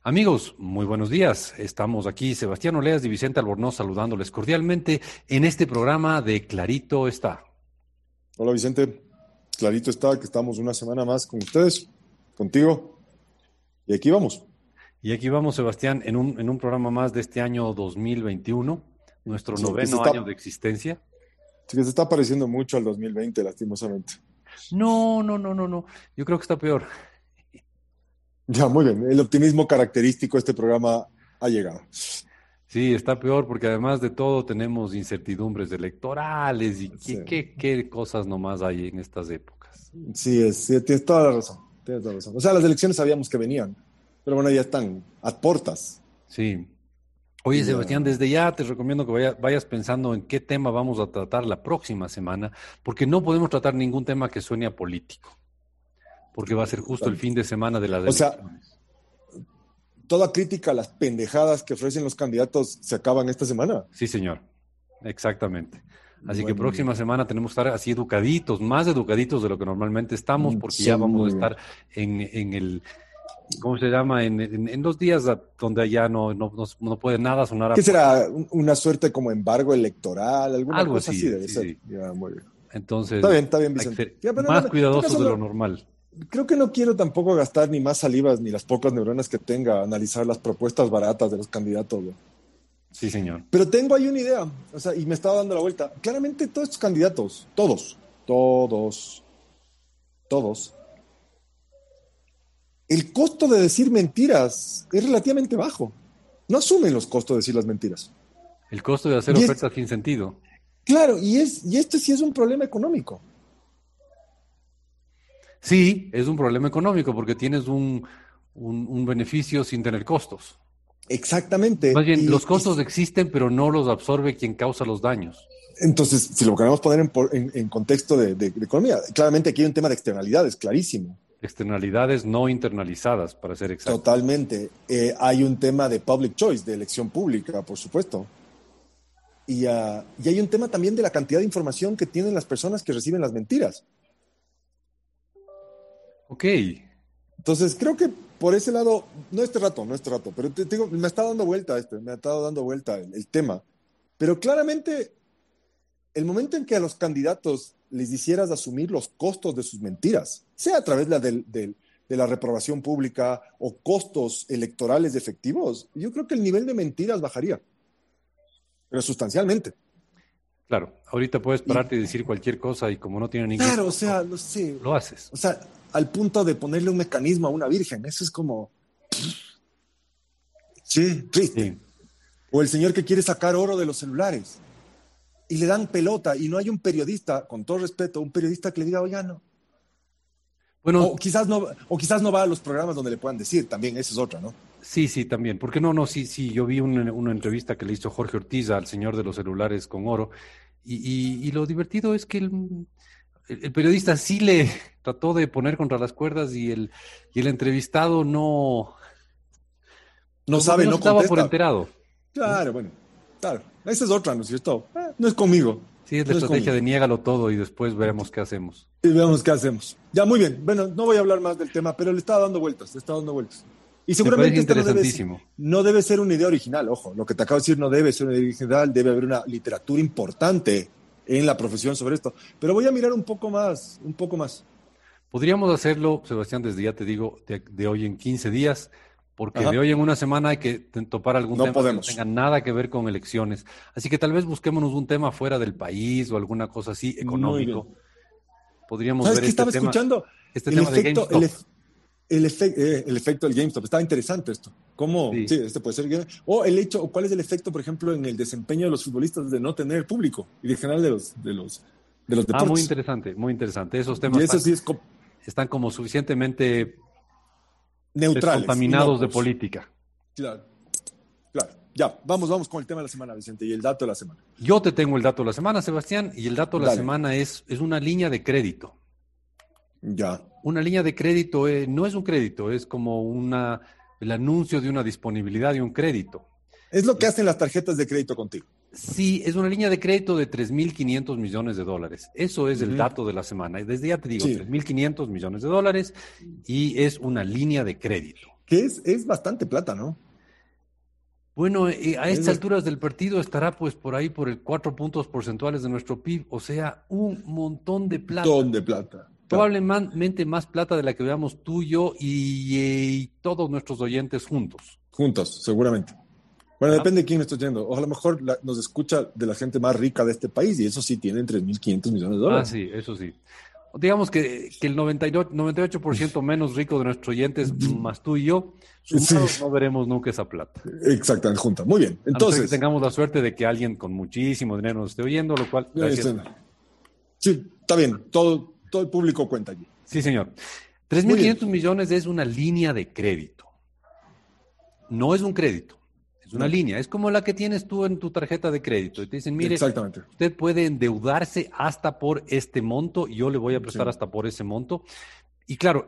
Amigos, muy buenos días. Estamos aquí, Sebastián Oleas y Vicente Albornoz, saludándoles cordialmente en este programa de Clarito está. Hola Vicente, clarito está que estamos una semana más con ustedes, contigo, y aquí vamos. Y aquí vamos, Sebastián, en un programa más de este año 2021, nuestro Sí, noveno año de existencia. sí, que se está pareciendo mucho al 2020, lastimosamente. No, no, no, no, no. Yo creo que está peor. Ya, muy bien, el optimismo característico de este programa ha llegado. Sí, está peor porque además de todo tenemos incertidumbres electorales y Sí, qué cosas nomás hay en estas épocas. sí, tienes toda la razón, tienes toda la razón. O sea, las elecciones sabíamos que venían, pero bueno, ya están a puertas. Sí. Oye, Y Sebastián, desde ya te recomiendo que vayas pensando en qué tema vamos a tratar la próxima semana, porque no podemos tratar ningún tema que suene a político, porque va a ser justo el fin de semana de las o sea, elecciones. toda crítica a las pendejadas que ofrecen los candidatos se acaban esta semana. Sí, señor, exactamente. Así que Bueno, próxima semana tenemos que estar así educaditos, más educaditos de lo que normalmente estamos, porque sí, ya vamos a muy bien. estar en el, ¿cómo se llama? En los días donde ya no puede nada sonar a ¿Qué será? ¿Una suerte como embargo electoral? ¿Alguna algo cosa así, así debe sí, ser? sí. Ya, muy bien. Entonces, Está bien, hay que Vicente. ser Ya, pero más en todo cuidadosos caso, de lo normal. creo que no quiero tampoco gastar ni más salivas ni las pocas neuronas que tenga a analizar las propuestas baratas de los candidatos, ¿no? Sí, señor. Pero tengo ahí una idea, o sea, y me estaba dando la vuelta. Claramente todos estos candidatos, todos, todos, el costo de decir mentiras es relativamente bajo. No asumen los costos de decir las mentiras. El costo de hacer Y es, ofertas sin sentido. claro, y este sí es un problema económico. Sí, es un problema económico porque tienes un beneficio sin tener costos. Más Exactamente. bien, los costos existen, pero no los absorbe quien causa los daños. Entonces, si lo queremos poner en contexto de economía, claramente aquí hay un tema de externalidades, clarísimo. Externalidades no internalizadas, para ser exactos. Totalmente. Hay un tema de public choice, de elección pública, por supuesto. Y hay un tema también de la cantidad de información que tienen las personas que reciben las mentiras. Ok, Entonces, creo que por ese lado, no este rato, pero te digo, me está dando vuelta me ha estado dando vuelta el tema. Pero claramente el momento en que a los candidatos les hicieras asumir los costos de sus mentiras, sea a través de la reprobación pública o costos electorales efectivos, yo creo que el nivel de mentiras bajaría, pero sustancialmente. claro. Ahorita puedes Y pararte y decir cualquier cosa y como no tiene ningún claro, o costo, sea, no sé, lo haces. o sea, al punto de ponerle un mecanismo a una virgen, eso es como, sí, triste. Sí. O el señor que quiere sacar oro de los celulares y le dan pelota y no hay un periodista, con todo respeto, un periodista que le diga, oiga, no. Bueno, O quizás no va a los programas donde le puedan decir, también, esa es otra, ¿no? sí, sí, también. Porque no, no, sí, sí. Yo vi una entrevista que le hizo Jorge Ortiz al señor de los celulares con oro. Y lo divertido es que el periodista sí le trató de poner contra las cuerdas y el entrevistado no, No como que sabe, no no estaba por contesta. enterado, ¿no? Claro, bueno, claro. Esa es otra, ¿no es cierto? No es conmigo, Sí, es la no es estrategia conmigo. de niégalo todo y después veremos qué hacemos. Y veamos qué hacemos. Ya, muy bien. Bueno, no voy a hablar más del tema, pero le estaba dando vueltas, le estaba dando vueltas. Y Me parece seguramente esta interesantísimo. no debe ser una idea original, ojo, lo que te acabo de decir no debe ser una idea original, debe haber una literatura importante en la profesión sobre esto. Pero voy a mirar un poco más, un poco más. Podríamos hacerlo, Sebastián, desde ya te digo, de hoy en 15 días, porque de Ajá, hoy en una semana hay que topar algún no tema que no podemos. tenga nada que ver con elecciones. Así que tal vez busquémonos un tema fuera del país o alguna cosa así Muy bien. económico. Podríamos ¿Sabes ver qué estaba escuchando? este El tema de efecto, GameStop. el efecto del GameStop. Estaba interesante esto. ¿Cómo? Sí, Sí. este puede ser. O el hecho, o cuál es el efecto, por ejemplo, en el desempeño de los futbolistas de no tener público y en general de los Ah, muy deportes. interesante, muy interesante. Esos Y temas eso sí es están como suficientemente neutrales, descontaminados de inocuos. política. Claro, claro. Ya, vamos con el tema de la semana, Vicente, y el dato de la semana. Yo te tengo el dato de la semana, Sebastián, y el dato de la Dale. semana es una línea de crédito. Ya. Una línea de crédito no es un crédito, es como el anuncio de una disponibilidad de un crédito. Es lo que hacen las tarjetas de crédito contigo. Sí, es una línea de crédito de 3.500 millones de dólares. Eso es el Ujú. dato de la semana. Desde ya te digo, Sí. 3.500 millones de dólares y es una línea de crédito. Que es bastante plata, ¿no? Bueno, a Es estas bast- alturas del partido estará pues por ahí por el 4 puntos porcentuales de nuestro PIB, o sea, un montón de plata. montón de plata, claro. Probablemente más plata de la que veamos tú y yo y todos nuestros oyentes juntos. Juntos, seguramente. Bueno, ¿Ya? depende de quién me estoy yendo. O a lo mejor nos escucha de la gente más rica de este país y eso sí tienen 3.500 millones de Ah, dólares. sí, eso sí. Digamos que el 98% menos rico de nuestros oyentes, más tú y yo, Sí, sumados no veremos nunca esa plata. exactamente, junta. Muy bien. A no ser que Entonces, tengamos la suerte de que alguien con muchísimo dinero nos esté oyendo, lo cual, gracias. este, sí, está bien. Todo el público cuenta allí. Sí, señor. Tres mil Muy bien. quinientos millones es una línea de crédito. No es un crédito, es una No, línea. Es como la que tienes tú en tu tarjeta de crédito. Y te dicen, mire, exactamente. usted puede endeudarse hasta por este monto y yo le voy a prestar Sí. hasta por ese monto. Y claro,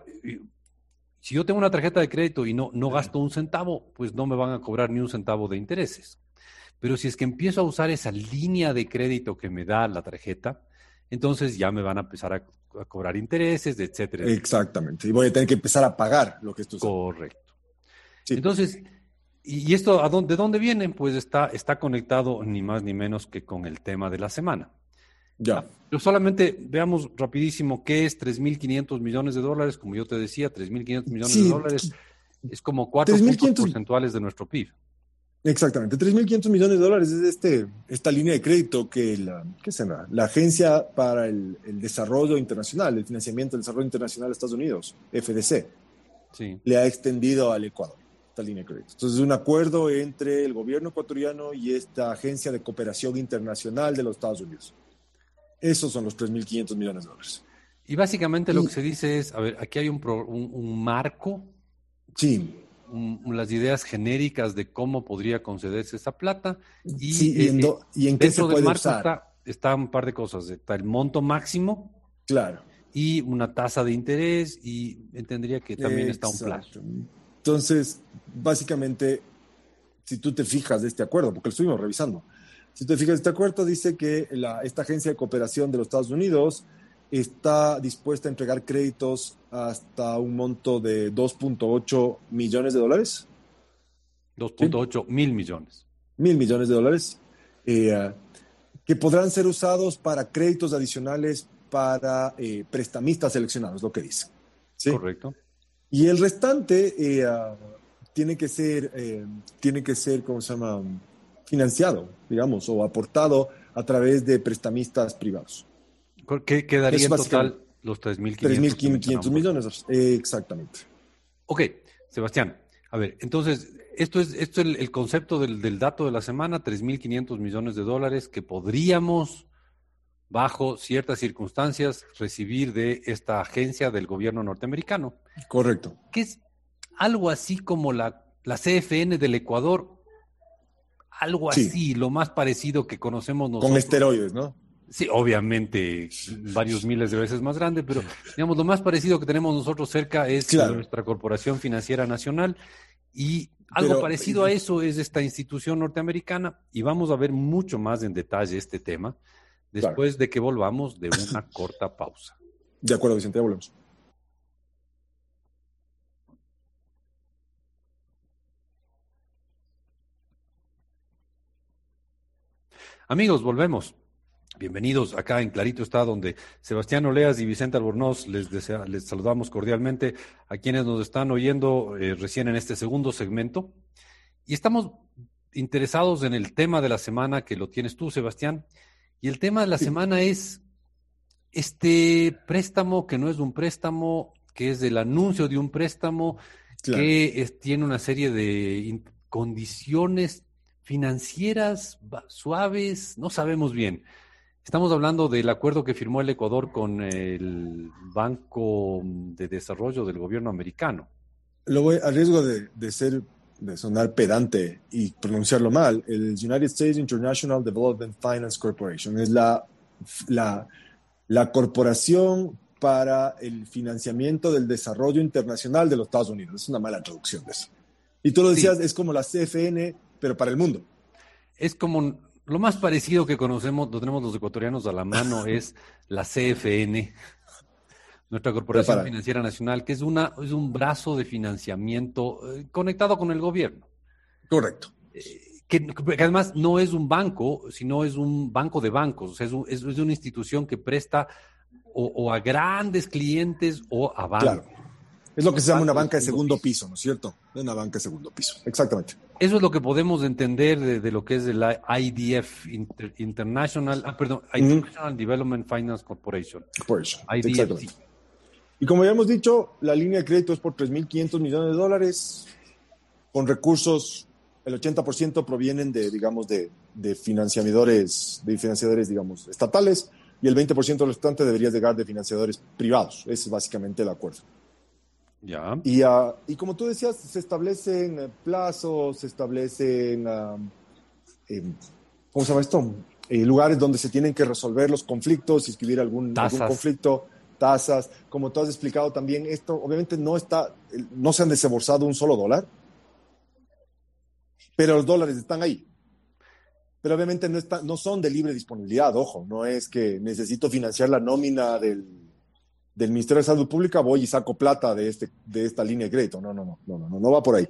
si yo tengo una tarjeta de crédito y no gasto un centavo, pues no me van a cobrar ni un centavo de intereses. Pero si es que empiezo a usar esa línea de crédito que me da la tarjeta, entonces ya me van a empezar a cobrar intereses, etcétera, etcétera. Exactamente. Y voy a tener que empezar a pagar lo que estoy usando. Correcto. Sí, Entonces, ¿y esto de dónde viene? Pues está conectado ni más ni menos que con el tema de la semana. ya. ¿Ya? Pero solamente veamos rapidísimo qué es 3.500 millones de dólares. Como yo te decía, 3.500 millones de Sí, dólares es como 4 puntos 3.500. porcentuales de nuestro PIB. Exactamente, 3.500 millones de dólares es esta línea de crédito que ¿qué se llama? La Agencia para el Desarrollo Internacional, el Financiamiento del Desarrollo Internacional de Estados Unidos, FDC, Sí, le ha extendido al Ecuador, esta línea de crédito. Entonces, es un acuerdo entre el gobierno ecuatoriano y esta Agencia de Cooperación Internacional de los Estados Unidos. Esos son los 3.500 millones de dólares. y básicamente lo que Y se dice es, a ver, aquí hay un marco, sí, las ideas genéricas de cómo podría concederse esa plata y sí, ¿y en qué se dentro del puede marco usar? está un par de cosas. Está el monto máximo Claro. y una tasa de interés y entendería que también está un plazo. Exacto. Entonces, básicamente, si tú te fijas de este acuerdo, porque lo estuvimos revisando, si te fijas de este acuerdo, dice que esta agencia de cooperación de los Estados Unidos está dispuesta a entregar créditos hasta un monto de 2.8 millones de dólares, ¿sí? 2.8 mil millones. 1.000 millones de dólares, eh, que podrán ser usados para créditos adicionales para prestamistas seleccionados, lo que dice. ¿Sí? Correcto. Y el restante tiene que ser, ¿cómo se llama? Financiado, digamos, o aportado a través de prestamistas privados. ¿Qué quedaría Es en básicamente total los 3.500 que 3.500 mencionamos recién? millones. Exactamente. Ok, Sebastián. A ver, entonces, esto es el concepto del dato de la semana, 3.500 millones de dólares que podríamos, bajo ciertas circunstancias, recibir de esta agencia del gobierno norteamericano, Correcto. que es algo así como la CFN del Ecuador, algo Sí, así, lo más parecido que conocemos con nosotros. esteroides, ¿no? Sí, obviamente varios miles de veces más grande, pero digamos, lo más parecido que tenemos nosotros cerca es Claro, nuestra Corporación Financiera Nacional y algo pero parecido a eso es esta institución norteamericana y vamos a ver mucho más en detalle este tema claro, después de que volvamos de una corta pausa. de acuerdo, Vicente, ya volvemos. Amigos, volvemos. Bienvenidos acá en Clarito está, donde Sebastián Oleas y Vicente Albornoz les saludamos cordialmente a quienes nos están oyendo recién en este segundo segmento. Y estamos interesados en el tema de la semana que lo tienes tú, Sebastián. Y el tema de la Sí, semana es este préstamo que no es un préstamo, que es el anuncio de un préstamo, claro. que tiene una serie de condiciones financieras suaves, no sabemos bien. Estamos hablando del acuerdo que firmó el Ecuador con el Banco de Desarrollo del gobierno americano. Lo voy a riesgo de sonar pedante y pronunciarlo mal. El United States International Development Finance Corporation es la, la corporación para el financiamiento del desarrollo internacional de los Estados Unidos. Es una mala traducción de eso. Y tú lo decías, Sí, es como la CFN, pero para el mundo. es como lo más parecido que conocemos, lo tenemos los ecuatorianos a la mano, es la CFN, Nuestra Pero Corporación Financiera Nacional, que es un brazo de financiamiento conectado con el gobierno. Correcto. Que además no es un banco, sino es un banco de bancos. O sea, es una institución que presta o a grandes clientes o a bancos. Claro. Es lo que se llama una Banco banca de segundo piso, ¿no es cierto? Una banca de segundo piso, exactamente. Eso es lo que podemos entender de lo que es el IDF, International Development Finance Corporation. Por eso, IDFC. exactamente. Y como ya hemos dicho, la línea de crédito es por $3.500 millones, con recursos, el 80% provienen de financiadores, digamos, estatales, y el 20% restante debería llegar de financiadores privados. Ese es básicamente el acuerdo. Ya. Y como tú decías, se establecen plazos, se establecen, ¿cómo se llama esto? Lugares donde se tienen que resolver los conflictos, si es que hubiera algún conflicto, tasas. Como tú has explicado también, esto obviamente no se han desembolsado un solo dólar, pero los dólares están ahí. Pero obviamente no son de libre disponibilidad, ojo, no es que necesito financiar la nómina del Ministerio de Salud Pública, voy y saco plata de esta línea de crédito. No va por ahí.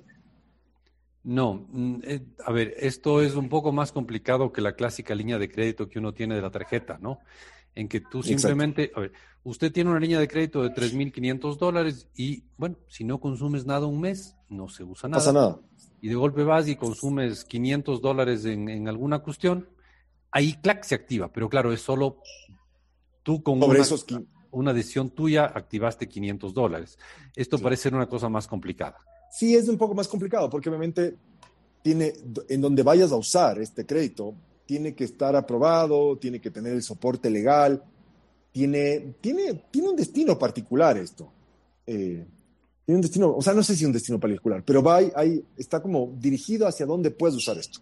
No, a ver, esto es un poco más complicado que la clásica línea de crédito que uno tiene de la tarjeta, ¿no? En que tú simplemente, a ver, usted tiene una línea de crédito de $3.500 y, bueno, si no consumes nada un mes, no se usa nada. No pasa nada. Y de golpe vas y consumes $500 en alguna cuestión, ahí, clac, se activa. Pero claro, es solo tú con una decisión tuya activaste $500. Esto parece ser una cosa más complicada. Sí, es un poco más complicado porque obviamente en donde vayas a usar este crédito, tiene que estar aprobado, tiene que tener el soporte legal, tiene un destino particular esto. Tiene un destino, o sea, no sé si un destino particular, pero está como dirigido hacia dónde puedes usar esto.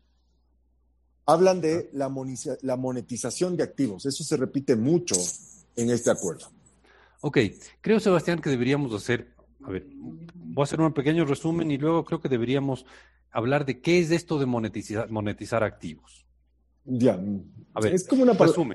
Hablan de la monetización de activos. Eso se repite mucho en este acuerdo. Ok, creo, Sebastián, que deberíamos hacer, a ver, voy a hacer un pequeño resumen y luego creo que deberíamos hablar de qué es esto de monetizar activos. Ya, a ver, es como una resumen.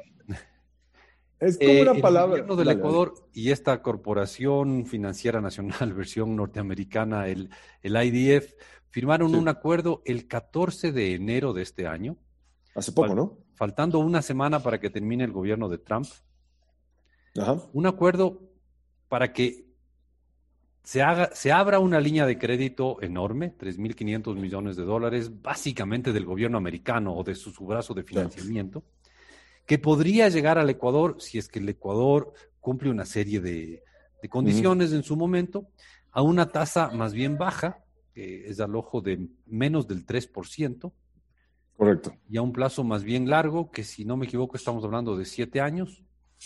Es como una palabra. El gobierno del Ecuador y esta Corporación Financiera Nacional, versión norteamericana, el IDF, firmaron un acuerdo el 14 de enero de este año. Hace poco, ¿no? Faltando una semana para que termine el gobierno de Trump. Ajá. Un acuerdo para que se abra una línea de crédito enorme, $3.500 millones, básicamente del gobierno americano o de su brazo de financiamiento, que podría llegar al Ecuador, si es que el Ecuador cumple una serie de condiciones en su momento, a una tasa más bien baja, que es al ojo de menos del 3%. Correcto. Y a un plazo más bien largo, que si no me equivoco estamos hablando de 7 años.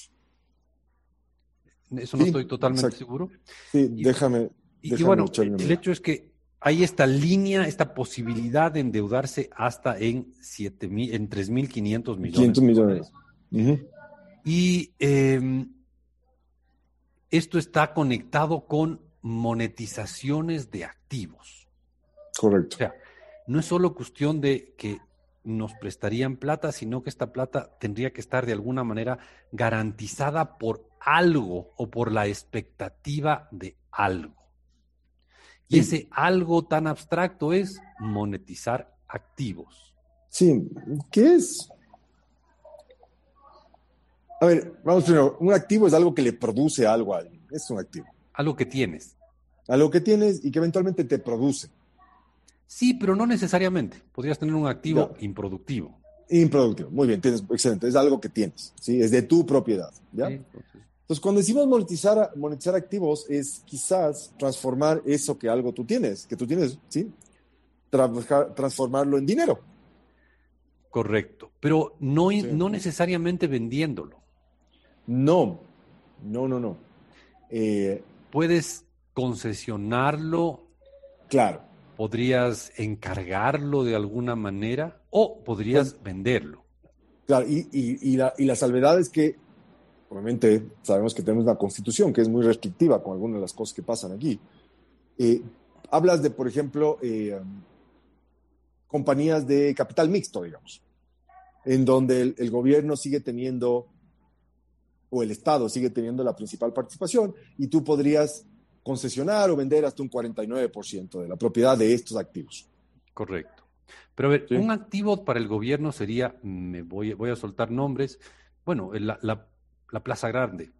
Eso no estoy totalmente seguro. Sí, déjame y bueno, el hecho es que hay esta línea, esta posibilidad de endeudarse hasta en 3.500 millones. 500 millones. Y esto está conectado con monetizaciones de activos. Correcto. O sea, no es solo cuestión de que nos prestarían plata, sino que esta plata tendría que estar de alguna manera garantizada por algo o por la expectativa de algo. Y ese algo tan abstracto es monetizar activos. Sí, ¿qué es? A ver, vamos primero. Un activo es algo que le produce algo a alguien. Es un activo. Algo que tienes. Algo que tienes y que eventualmente te produce. Sí, pero no necesariamente. Podrías tener un activo improductivo. Improductivo, muy bien, excelente. Es algo que tienes, ¿sí? Es de tu propiedad, ¿ya? Sí, entonces, cuando decimos monetizar activos, es quizás transformar eso que tú tienes, ¿sí? Transformarlo en dinero. Correcto, pero no necesariamente vendiéndolo. No. Puedes concesionarlo. Claro. Podrías encargarlo de alguna manera o podrías venderlo. Claro, y la salvedad es que, obviamente, sabemos que tenemos una constitución que es muy restrictiva con algunas de las cosas que pasan aquí. Hablas de, por ejemplo, compañías de capital mixto, digamos, en donde el gobierno sigue teniendo o el Estado sigue teniendo la principal participación y tú podrías concesionar o vender hasta un 49% de la propiedad de estos activos. Correcto. Pero a ver, ¿Sí? un activo para el gobierno sería, voy a soltar nombres, bueno, la Plaza Grande.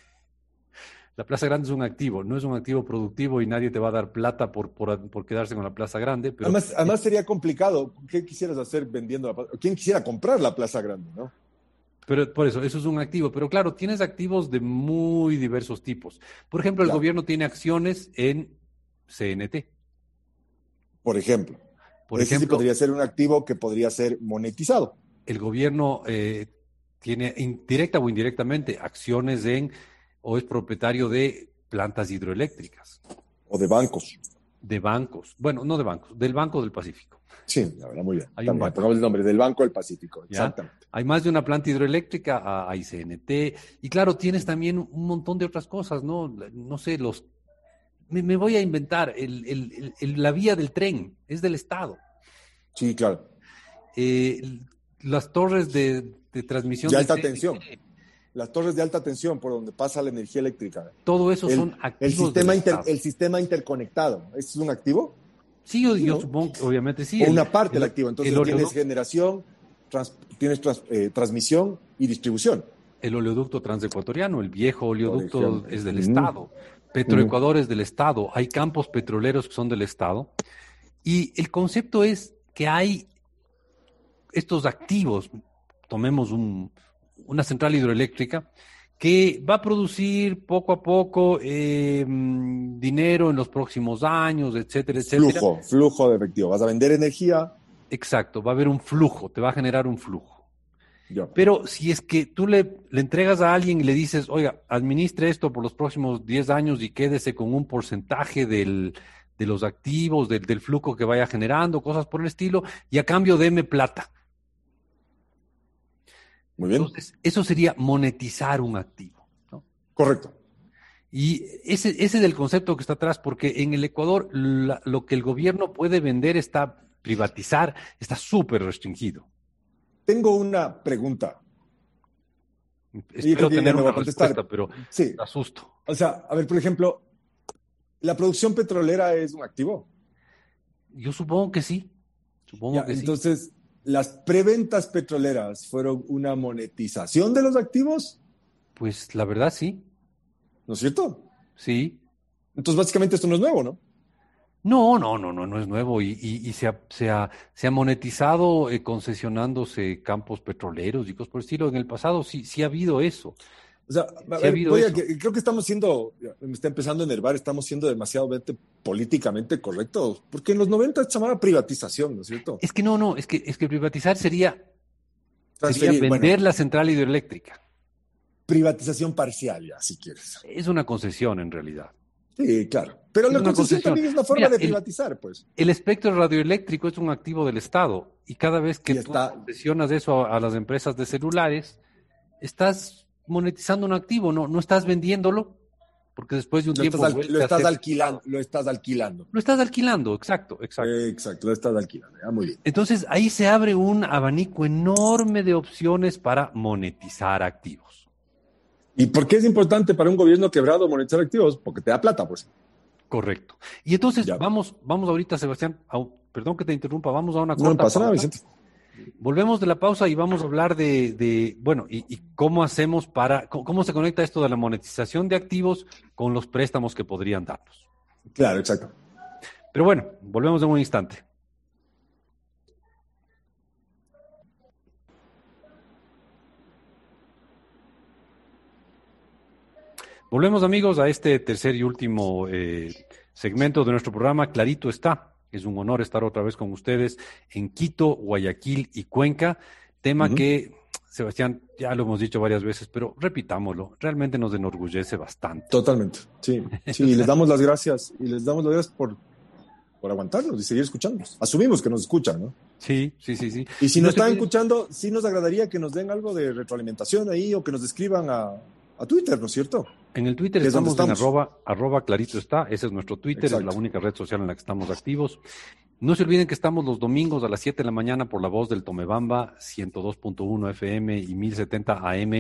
La Plaza Grande es un activo, no es un activo productivo y nadie te va a dar plata por quedarse con la Plaza Grande. Pero Además sería complicado. ¿Qué quisieras hacer vendiendo la plaza? ¿Quién quisiera comprar la Plaza Grande, no? Pero por eso es un activo. Pero claro, tienes activos de muy diversos tipos. Por ejemplo, el Claro, gobierno tiene acciones en CNT. por ejemplo. Por Ese sí ejemplo, podría ser un activo que podría ser monetizado. el gobierno tiene directa o indirectamente acciones o es propietario de plantas hidroeléctricas, O de bancos. de bancos. Bueno, no de bancos, del Banco del Pacífico. Sí, la verdad, muy bien. Hay un También, banco, pongamos el nombre del Banco del Pacífico. ¿ya? Exactamente. Hay más de una planta hidroeléctrica, hay CNT, y claro, tienes también un montón de otras cosas, ¿no? No sé, me voy a inventar, la vía del tren es del Estado. Sí, claro. Eh, las torres de transmisión De de alta tensión. CNT, Las torres de alta tensión por donde pasa la energía eléctrica. todo eso son El activos del Estado. el sistema interconectado. ¿Este es un activo? Sí, yo, Sí, yo ¿no? supongo que obviamente sí. O una parte del activo. El Entonces tienes oleoducto, generación, transmisión y distribución. el oleoducto transecuatoriano, el viejo Por oleoducto ejemplo. es del Estado. Petroecuador es del Estado. Hay campos petroleros que son del Estado. Y el concepto es que hay estos activos, tomemos una central hidroeléctrica, que va a producir poco a poco dinero en los próximos años, etcétera, etcétera. Flujo de efectivo. Vas a vender energía. Exacto, va a haber un flujo, te va a generar un flujo. Ya. Pero si es que tú le entregas a alguien y le dices, oiga, administre esto por los próximos 10 años y quédese con un porcentaje de los activos, del flujo que vaya generando, cosas por el estilo, y a cambio deme plata. Muy bien. Entonces, eso sería monetizar un activo, ¿no? Correcto. Y ese es el concepto que está atrás, porque en el Ecuador lo que el gobierno puede vender privatizar, está súper restringido. Tengo una pregunta. Y Espero creo que ya tener me voy una a contestar. respuesta, pero Sí. me asusto. O sea, a ver, por ejemplo, ¿la producción petrolera es un activo? Yo supongo que sí, Ya, sí. entonces, ¿las preventas petroleras fueron una monetización de los activos? Pues la verdad sí, ¿No es cierto? sí. Entonces, básicamente esto no es nuevo, ¿no? No es nuevo y se ha monetizado concesionándose campos petroleros y cosas por el estilo. En el pasado sí ha habido eso, O sea, a sí ha ver, habido eso. creo que estamos siendo, me está empezando a enervar, estamos siendo demasiado políticamente correctos, porque en los 90 se llamaba privatización, ¿no es cierto? Es que es que privatizar sería Transferir, bueno, vender la central hidroeléctrica. privatización parcial, ya, si quieres. Es una concesión en realidad. Sí, claro. Pero Es la una concesión concesión. también es una forma Mira, de privatizar, pues. el espectro radioeléctrico es un activo del Estado y cada vez que Y tú está, concesionas eso a las empresas de celulares, estás monetizando un activo, no estás vendiéndolo, porque después de un tiempo vuelve a ser... lo estás alquilando. Lo estás alquilando, exacto. Exacto, lo estás alquilando. Ya, muy bien. Entonces ahí se abre un abanico enorme de opciones para monetizar activos. ¿Y por qué es importante para un gobierno quebrado monetizar activos? Porque te da plata, pues. Correcto. Y entonces Ya. vamos ahorita, Sebastián, perdón que te interrumpa, vamos a una No corta pasa nada, pausa. Vicente. Volvemos de la pausa y vamos a hablar bueno, y cómo hacemos cómo se conecta esto de la monetización de activos con los préstamos que podrían darnos. Claro, exacto. Pero bueno, volvemos en un instante. Volvemos, amigos, a este tercer y último segmento de nuestro programa. Clarito está. Es un honor estar otra vez con ustedes en Quito, Guayaquil y Cuenca. Tema que, Sebastián, ya lo hemos dicho varias veces, pero repitámoslo, realmente nos enorgullece bastante. Totalmente. Sí, sí, les damos las gracias por aguantarnos y seguir escuchándonos. Asumimos que nos escuchan, ¿no? Sí. Y si No nos se están olviden- escuchando, sí nos agradaría que nos den algo de retroalimentación ahí o que nos escriban a Twitter, ¿no es cierto? En el Twitter Que es donde estamos en estamos. arroba clarito está, ese es nuestro Twitter, Exacto. es la única red social en la que estamos activos. No se olviden que estamos los domingos a las 7 de la mañana por la voz del Tomebamba, 102.1 FM y 1070 AM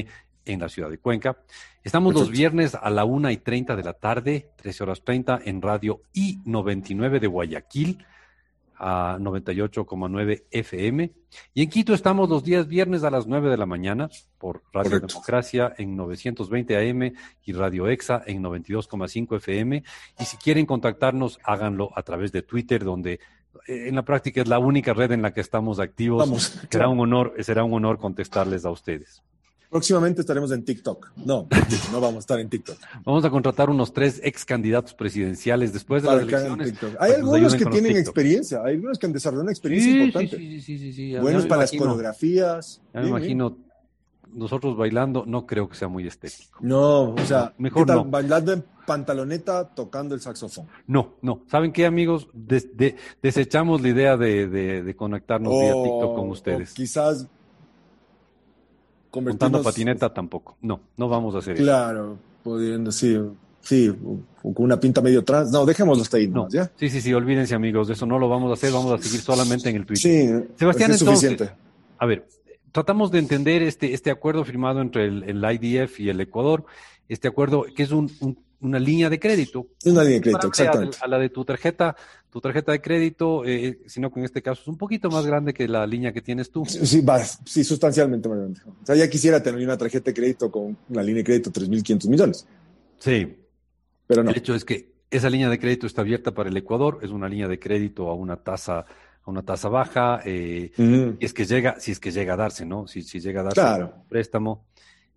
en la ciudad de Cuenca. Estamos los viernes a la 1:30 de la tarde, 13:30, en Radio I-99 de Guayaquil, a 98,9 FM. Y en Quito estamos los días viernes a las 9 de la mañana por Radio Democracia en 920 AM y Radio Exa en 92,5 FM. Y si quieren contactarnos, háganlo a través de Twitter, donde en la práctica es la única red en la que estamos activos. Será un honor contestarles a ustedes. Próximamente estaremos en TikTok. No vamos a estar en TikTok. Vamos a contratar unos 3 ex candidatos presidenciales después de las elecciones. Hay algunos que tienen experiencia, hay algunos que han desarrollado una experiencia importante. Sí. Buenos para las coreografías. Ya me imagino nosotros bailando, no creo que sea muy estético. No, o sea, mejor no. Bailando en pantaloneta, tocando el saxofón. No. ¿Saben qué, amigos? Desechamos la idea de conectarnos vía TikTok con ustedes. Quizás montando patineta tampoco. No vamos a hacer eso. Claro, pudiendo, sí, o con una pinta medio trans. No, dejémoslo hasta ahí. No, ¿ya? Sí, olvídense, amigos, de eso no lo vamos a hacer, vamos a seguir solamente en el Twitter. Sí, Sebastián, es entonces, suficiente. A ver, tratamos de entender este acuerdo firmado entre el IDF y el Ecuador, este acuerdo que es una línea de crédito. Una línea de crédito, exactamente. A la de tu tarjeta de crédito, sino que en este caso es un poquito más grande que la línea que tienes tú. Sí, sustancialmente más grande. O sea, ya quisiera tener una tarjeta de crédito con una línea de crédito de 3.500 millones. Sí. Pero no. El hecho es que esa línea de crédito está abierta para el Ecuador, es una línea de crédito a una tasa baja, si es que llega a darse, ¿no? Si llega a darse un préstamo.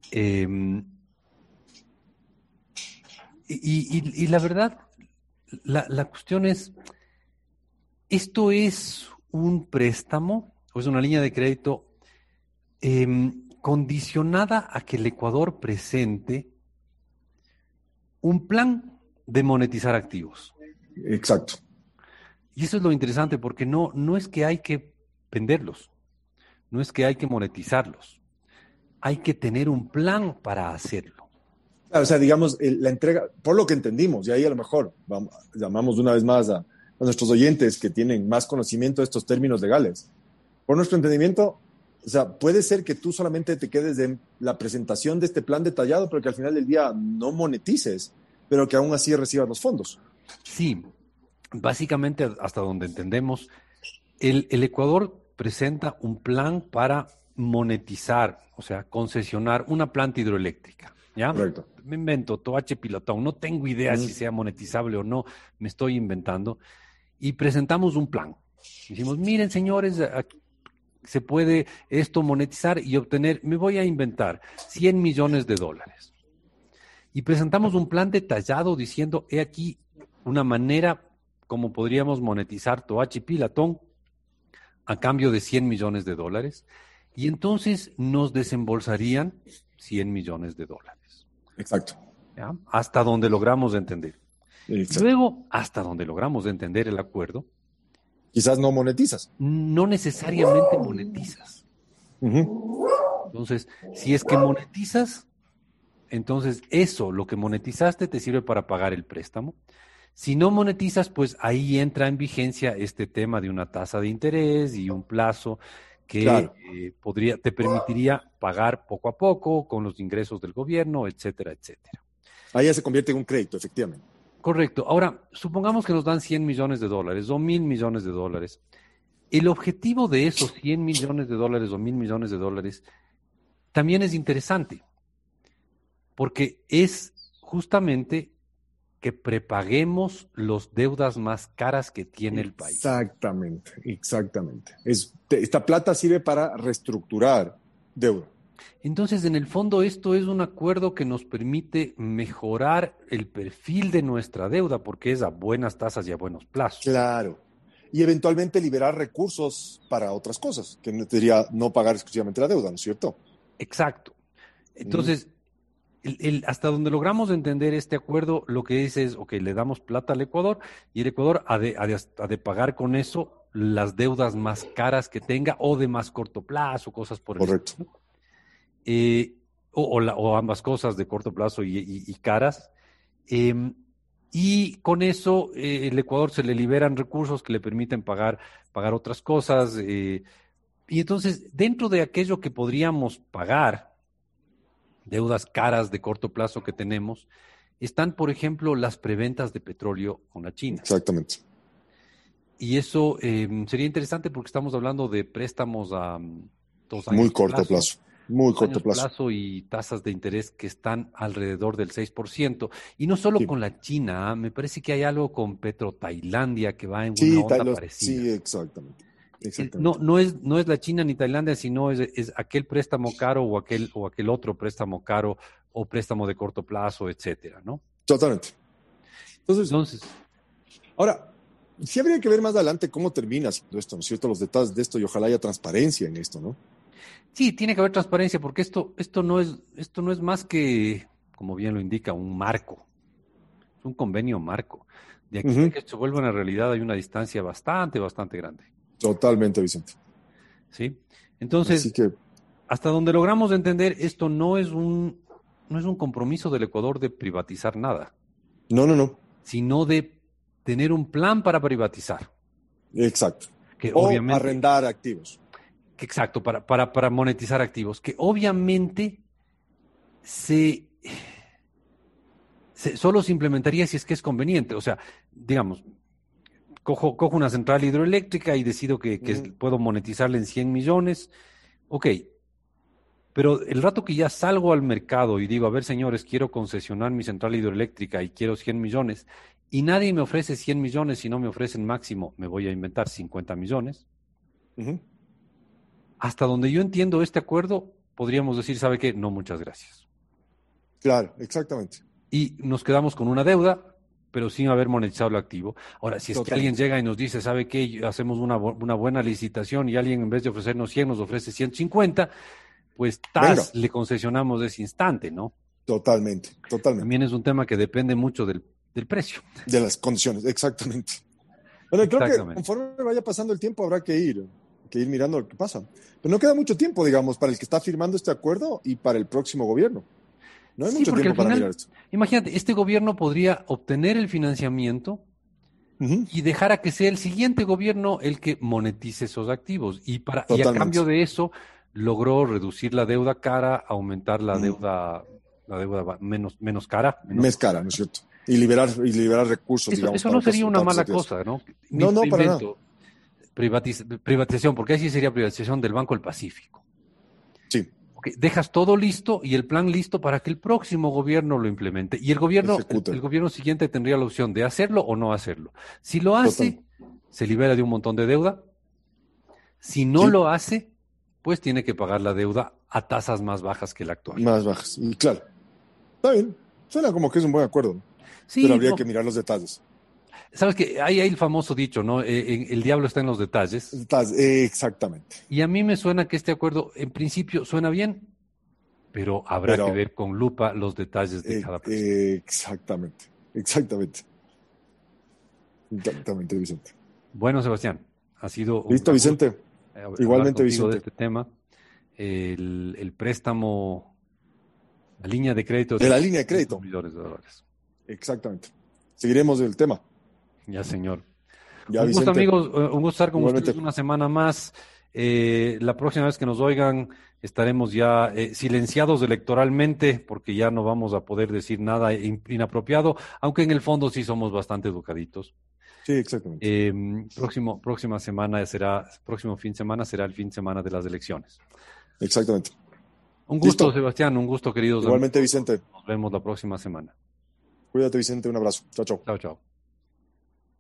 Y la verdad, la cuestión es, ¿esto es un préstamo o es una línea de crédito condicionada a que el Ecuador presente un plan de monetizar activos? Exacto. Y eso es lo interesante, porque no es que hay que venderlos, no es que hay que monetizarlos, hay que tener un plan para hacerlo. Claro, o sea, digamos, la entrega, por lo que entendimos, y ahí a lo mejor llamamos una vez más a nuestros oyentes que tienen más conocimiento de estos términos legales. Por nuestro entendimiento, o sea, puede ser que tú solamente te quedes en la presentación de este plan detallado, pero que al final del día no monetices, pero que aún así recibas los fondos. Sí, básicamente, hasta donde entendemos, el Ecuador presenta un plan para monetizar, o sea, concesionar una planta hidroeléctrica, ¿ya? Correcto. Me invento, Toache Pilotón, no tengo idea si sea monetizable o no, me estoy inventando, y presentamos un plan. Dijimos, miren, señores, aquí se puede esto monetizar y obtener, me voy a inventar, $100 millones. Y presentamos un plan detallado diciendo, he aquí una manera como podríamos monetizar Toachi Pilatón a cambio de $100 millones. Y entonces nos desembolsarían $100 millones. Exacto. ¿Ya? Hasta donde logramos entender. Exacto. Luego, hasta donde logramos entender el acuerdo. Quizás no monetizas. No necesariamente monetizas. Entonces, si es que monetizas, entonces eso, lo que monetizaste, te sirve para pagar el préstamo. Si no monetizas, pues ahí entra en vigencia este tema de una tasa de interés y un plazo que te permitiría pagar poco a poco con los ingresos del gobierno, etcétera, etcétera. Ahí ya se convierte en un crédito, efectivamente. Correcto. Ahora, supongamos que nos dan $100 millones o $1.000 millones. El objetivo de esos $100 millones o $1.000 millones también es interesante, porque es justamente que prepaguemos las deudas más caras que tiene el país. Exactamente. Esta plata sirve para reestructurar deuda. Entonces, en el fondo, esto es un acuerdo que nos permite mejorar el perfil de nuestra deuda, porque es a buenas tasas y a buenos plazos. Claro. Y eventualmente liberar recursos para otras cosas, que sería no pagar exclusivamente la deuda, ¿no es cierto? Exacto. Entonces, hasta donde logramos entender este acuerdo, lo que dice es, ok, le damos plata al Ecuador y el Ecuador ha de pagar con eso las deudas más caras que tenga o de más corto plazo, cosas por el estilo. O ambas cosas de corto plazo y caras. Y con eso el Ecuador se le liberan recursos que le permiten pagar otras cosas. Y entonces, dentro de aquello que podríamos pagar, deudas caras de corto plazo que tenemos, están, por ejemplo, las preventas de petróleo con la China. Exactamente. Y eso sería interesante porque estamos hablando de préstamos a 2 años Muy corto plazo. Muy corto plazo. y tasas de interés que están alrededor del 6%. Y no solo Sí, con la China, me parece que hay algo con Petro Tailandia que va en una sí, onda parecida. sí, exactamente. No, Exactamente. no es la China ni Tailandia, sino es aquel préstamo caro o aquel otro préstamo caro o préstamo de corto plazo, etcétera, ¿no? Totalmente. Entonces, Entonces, ahora, sí habría que ver más adelante cómo termina siendo esto, ¿no es cierto? Los detalles de esto y ojalá haya transparencia en esto, ¿no? sí, tiene que haber transparencia porque esto no es más que, como bien lo indica, un marco, es un convenio marco. De aquí a Ujú. que esto se vuelva una realidad hay una distancia bastante, bastante grande, Totalmente, Vicente. ¿sí? Así Entonces, que, hasta donde logramos entender, esto no es un compromiso del Ecuador de privatizar nada, no, no, no. sino de tener un plan para privatizar, Exacto. que O obviamente, arrendar activos. exacto, para monetizar activos, que obviamente se, solo se implementaría si es que es conveniente. O sea, digamos, cojo una central hidroeléctrica y decido que Ujú. puedo monetizarla en 100 millones. Ok, pero el rato que ya salgo al mercado y digo, a ver, señores, quiero concesionar mi central hidroeléctrica y quiero 100 millones, y nadie me ofrece 100 millones, si no me ofrecen máximo, me voy a inventar 50 millones. Ujú. Hasta donde yo entiendo este acuerdo, podríamos decir, ¿sabe qué? No, muchas gracias. Claro, exactamente. Y nos quedamos con una deuda, pero sin haber monetizado el activo. Ahora, si es que alguien Totalmente. llega y nos dice, ¿sabe qué? Hacemos una buena licitación y alguien en vez de ofrecernos 100 nos ofrece 150, pues Venga, le concesionamos ese instante, ¿no? totalmente, totalmente. También es un tema que depende mucho del precio. De las condiciones, exactamente. Bueno, creo que Exactamente. conforme vaya pasando el tiempo habrá que ir mirando lo que pasa. Pero no queda mucho tiempo, digamos, para el que está firmando este acuerdo y para el próximo gobierno. No hay Sí, mucho porque tiempo al para mirar final, esto. imagínate, este gobierno podría obtener el financiamiento Ujú. y dejar a que sea el siguiente gobierno el que monetice esos activos. Y a cambio Totalmente. de eso logró reducir la deuda cara, aumentar Ujú. la deuda menos cara, menos Mes cara, ¿no es costosa. cierto? Y liberar recursos, digamos, Eso no para sería una otras mala actividades. cosa, ¿no? No, no, para nada. Invento privatización, porque ahí sí sería privatización del Banco del Pacífico. Sí, Ok, dejas todo listo y el plan listo para que el próximo gobierno lo implemente. Y el gobierno, el ejecute. gobierno siguiente tendría la opción de hacerlo o no hacerlo. Si lo Total. hace, se libera de un montón de deuda. Si no Sí, lo hace, pues tiene que pagar la deuda a tasas más bajas que la actual. más bajas. Y claro, está bien. Suena como que es un buen acuerdo, ¿no? Pero Sí, habría no, que mirar los detalles. sabes que hay el famoso dicho, ¿no? El diablo está en los detalles. Exactamente. Y a mí me suena que este acuerdo, en principio, suena bien, pero habrá que Pero ver con lupa los detalles de cada precio. exactamente. Exactamente. Exactamente, Vicente. Bueno, Sebastián, ha sido un Listo, gran gusto Vicente. hablar Igualmente, contigo de Vicente. este tema. El préstamo, la línea de crédito De de la línea de 500 crédito. millones de dólares. Exactamente. Seguiremos el tema. Ya, señor. Ya, Un gusto, Vicente. amigos. Un gusto estar con ustedes Igualmente. una semana más. La próxima vez que nos oigan, estaremos ya silenciados electoralmente, porque ya no vamos a poder decir nada inapropiado, aunque en el fondo sí somos bastante educaditos. Sí, exactamente. Próximo fin de semana será el fin de semana de las elecciones. Exactamente. Un gusto, Listo. Sebastián, un gusto, queridos Igualmente, amigos. Vicente. Nos vemos la próxima semana. Cuídate, Vicente. Un abrazo. Chao, chao. Chao, chao.